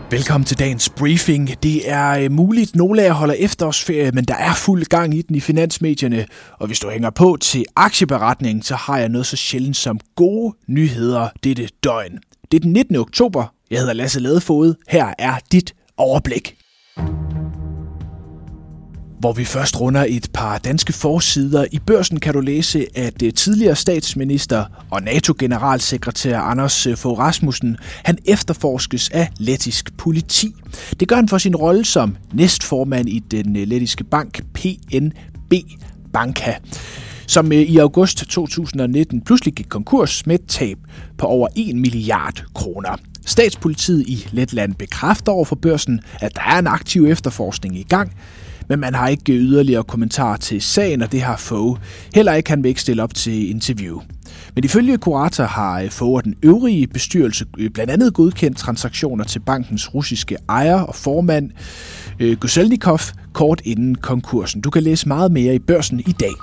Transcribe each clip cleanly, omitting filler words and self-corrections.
Velkommen til dagens briefing. Det er muligt, nogle af jer holder efterårsferie, men der er fuld gang i den i finansmedierne. Og hvis du hænger på til aktieberetningen, så har jeg noget så sjældent som gode nyheder dette døgn. Det er den 19. oktober. Jeg hedder Lasse Ladefoged. Her er dit overblik. Hvor vi først runder et par danske forsider. I Børsen kan du læse, at tidligere statsminister og NATO-generalsekretær Anders Fogh Rasmussen, han efterforskes af lettisk politi. Det gør han for sin rolle som næstformand i den lettiske bank PNB Banka, som i august 2019 pludselig gik konkurs med et tab på over 1 milliard kroner. Statspolitiet i Letland bekræfter over for Børsen, at der er en aktiv efterforskning i gang, men man har ikke yderligere kommentar til sagen, og det har Fogh. Heller ikke han vil ikke stille op til interview. Men ifølge kurator har Fogh og den øvrige bestyrelse blandt andet godkendt transaktioner til bankens russiske ejer og formand Gusselnikov kort inden konkursen. Du kan læse meget mere i Børsen i dag.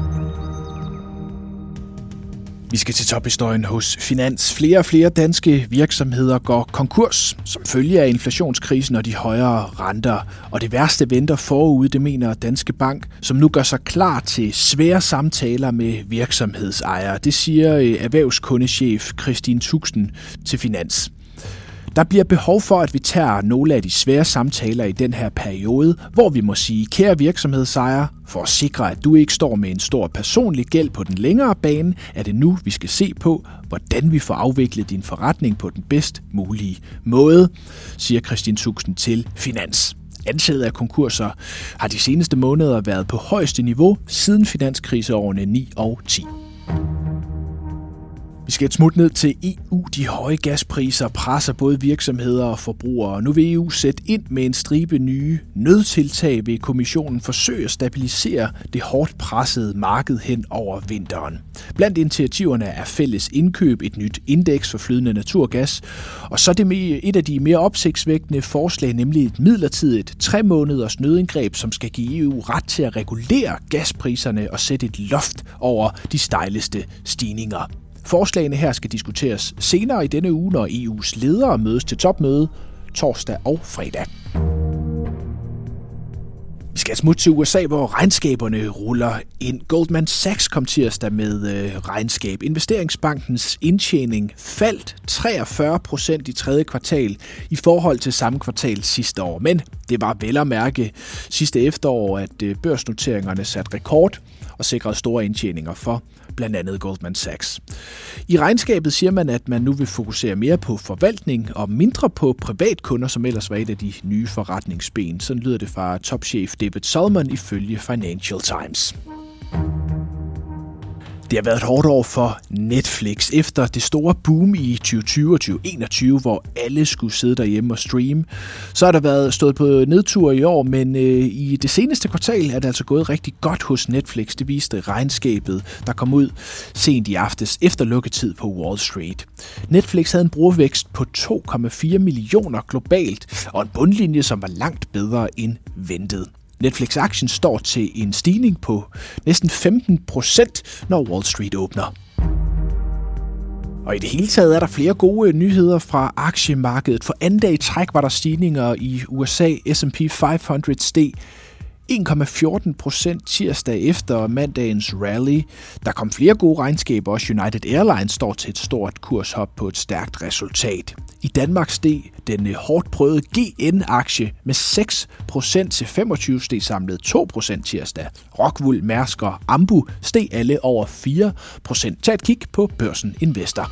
Vi skal til tophistorien hos Finans. Flere og flere danske virksomheder går konkurs som følge af inflationskrisen og de højere renter. Og det værste venter forude, det mener Danske Bank, som nu gør sig klar til svære samtaler med virksomhedsejere. Det siger erhvervskundechef Christine Tuxen til Finans. Der bliver behov for, at vi tager nogle af de svære samtaler i den her periode, hvor vi må sige, kære virksomhedsejere, for at sikre, at du ikke står med en stor personlig gæld på den længere bane, er det nu, vi skal se på, hvordan vi får afviklet din forretning på den bedst mulige måde, siger Christine Tuxen til Finans. Antallet af konkurser har de seneste måneder været på højeste niveau siden finanskriseårene 9 og 10. Vi skal et smut ned til EU. De høje gaspriser presser både virksomheder og forbrugere. Nu vil EU sætte ind med en stribe nye nødtiltag, ved kommissionen forsøge at stabilisere det hårdt pressede marked hen over vinteren. Blandt initiativerne er fælles indkøb, et nyt indeks for flydende naturgas, og så det et af de mere opsigtsvækkende forslag, nemlig et midlertidigt 3 måneders nødindgreb, som skal give EU ret til at regulere gaspriserne og sætte et loft over de stejleste stigninger. Forslagene her skal diskuteres senere i denne uge, når EU's ledere mødes til topmøde torsdag og fredag. Vi skal smutte til USA, hvor regnskaberne ruller ind. Goldman Sachs kom tirsdag med regnskab. Investeringsbankens indtjening faldt 43% i tredje kvartal i forhold til samme kvartal sidste år. Men det var vel at mærke sidste efterår, at børsnoteringerne satte rekord og sikrede store indtjeninger for blandt andet Goldman Sachs. I regnskabet siger man, at man nu vil fokusere mere på forvaltning og mindre på privatkunder, som ellers var et af de nye forretningsben. Sådan lyder det fra topchef David Solomon ifølge Financial Times. Det har været et hårdt år for Netflix. Efter det store boom i 2020 og 2021, hvor alle skulle sidde derhjemme og streame, så har der stået på nedtur i år, men i det seneste kvartal er det altså gået rigtig godt hos Netflix. Det viste regnskabet, der kom ud sent i aftes efter lukketid på Wall Street. Netflix havde en brugervækst på 2,4 millioner globalt, og en bundlinje, som var langt bedre end ventet. Netflix-aktien står til en stigning på næsten 15%, når Wall Street åbner. Og i det hele taget er der flere gode nyheder fra aktiemarkedet. For anden dag i træk var der stigninger i USA. S&P 500 steg 1,14% tirsdag efter mandagens rally. Der kom flere gode regnskaber, og United Airlines står til et stort kurshop på et stærkt resultat. I Danmark steg den hårdt prøvede GN-aktie med 6% til 25, steg samlet 2% tirsdag. Rockwool, Mærsk og Ambu steg alle over 4%. Tag et kig på Børsen Investor.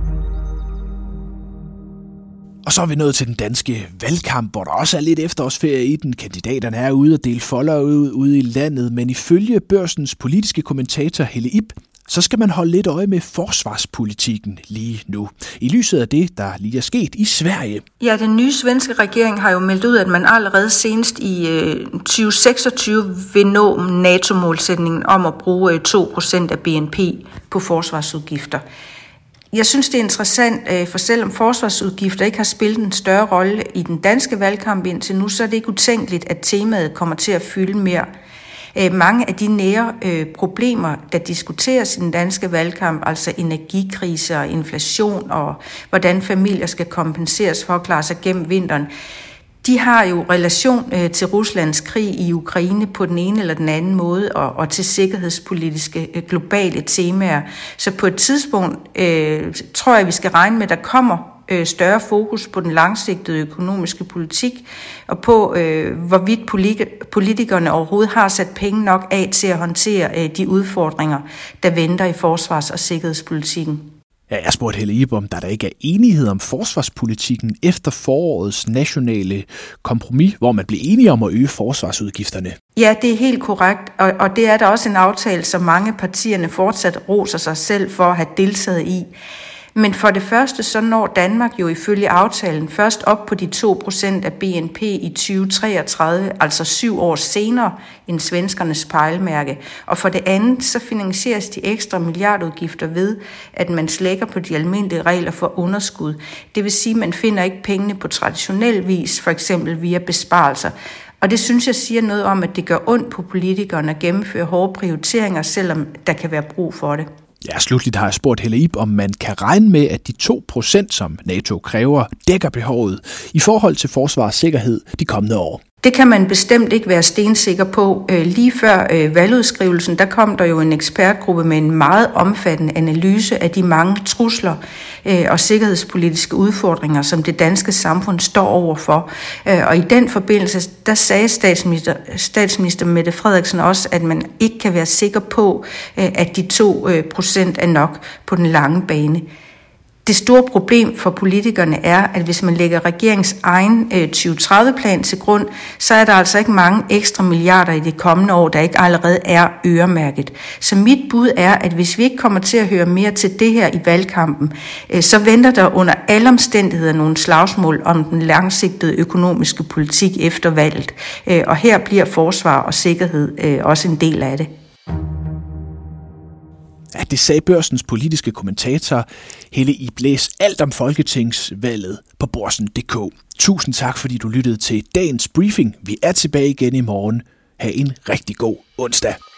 Og så er vi nået til den danske valgkamp, hvor der også er lidt efterårsferie i den. Kandidaterne er ude og dele folder ude i landet, men ifølge Børsens politiske kommentator Helle Ib, så skal man holde lidt øje med forsvarspolitikken lige nu. I lyset af det, der lige er sket i Sverige. Ja, den nye svenske regering har jo meldt ud, at man allerede senest i 2026 vil nå NATO-målsætningen om at bruge 2% af BNP på forsvarsudgifter. Jeg synes, det er interessant, for selvom forsvarsudgifter ikke har spillet en større rolle i den danske valgkamp indtil nu, så er det ikke utænkeligt, at temaet kommer til at fylde mere. Mange af de nære problemer, der diskuteres i den danske valgkamp, altså energikrise og inflation og hvordan familier skal kompenseres for at klare sig gennem vinteren, de har jo relation til Ruslands krig i Ukraine på den ene eller den anden måde, og til sikkerhedspolitiske globale temaer. Så på et tidspunkt tror jeg, vi skal regne med, at der kommer større fokus på den langsigtede økonomiske politik, og på hvorvidt politikerne overhovedet har sat penge nok af til at håndtere de udfordringer, der venter i forsvars- og sikkerhedspolitikken. Ja, jeg spurgte Helle Ib, om der ikke er enighed om forsvarspolitikken efter forårets nationale kompromis, hvor man blev enige om at øge forsvarsudgifterne. Ja, det er helt korrekt, og det er der også en aftale, som mange partierne fortsat roser sig selv for at have deltaget i. Men for det første, så når Danmark jo ifølge aftalen først op på de 2% af BNP i 2033, altså 7 år senere end svenskernes pejlemærke. Og for det andet, så finansieres de ekstra milliardudgifter ved, at man slækker på de almindelige regler for underskud. Det vil sige, at man finder ikke pengene på traditionel vis, for eksempel via besparelser. Og det synes jeg siger noget om, at det gør ondt på politikerne at gennemføre hårde prioriteringer, selvom der kan være brug for det. Ja, slutligt har jeg spurgt Helle Ib, om man kan regne med, at de 2%, som NATO kræver, dækker behovet i forhold til forsvar og sikkerhed de kommende år. Det kan man bestemt ikke være stensikker på. Lige før valgudskrivelsen, der kom der jo en ekspertgruppe med en meget omfattende analyse af de mange trusler og sikkerhedspolitiske udfordringer, som det danske samfund står overfor. Og i den forbindelse, der sagde statsminister Mette Frederiksen også, at man ikke kan være sikker på, at de 2% er nok på den lange bane. Det store problem for politikerne er, at hvis man lægger regeringens egen 2030-plan til grund, så er der altså ikke mange ekstra milliarder i de kommende år, der ikke allerede er øremærket. Så mit bud er, at hvis vi ikke kommer til at høre mere til det her i valgkampen, så venter der under alle omstændigheder nogle slagsmål om den langsigtede økonomiske politik efter valget. Og her bliver forsvar og sikkerhed også en del af det. Ja, det sagde Børsens politiske kommentator Helle Ib. Læs alt om folketingsvalget på Børsen.dk. Tusind tak, fordi du lyttede til dagens briefing. Vi er tilbage igen i morgen. Ha' en rigtig god onsdag.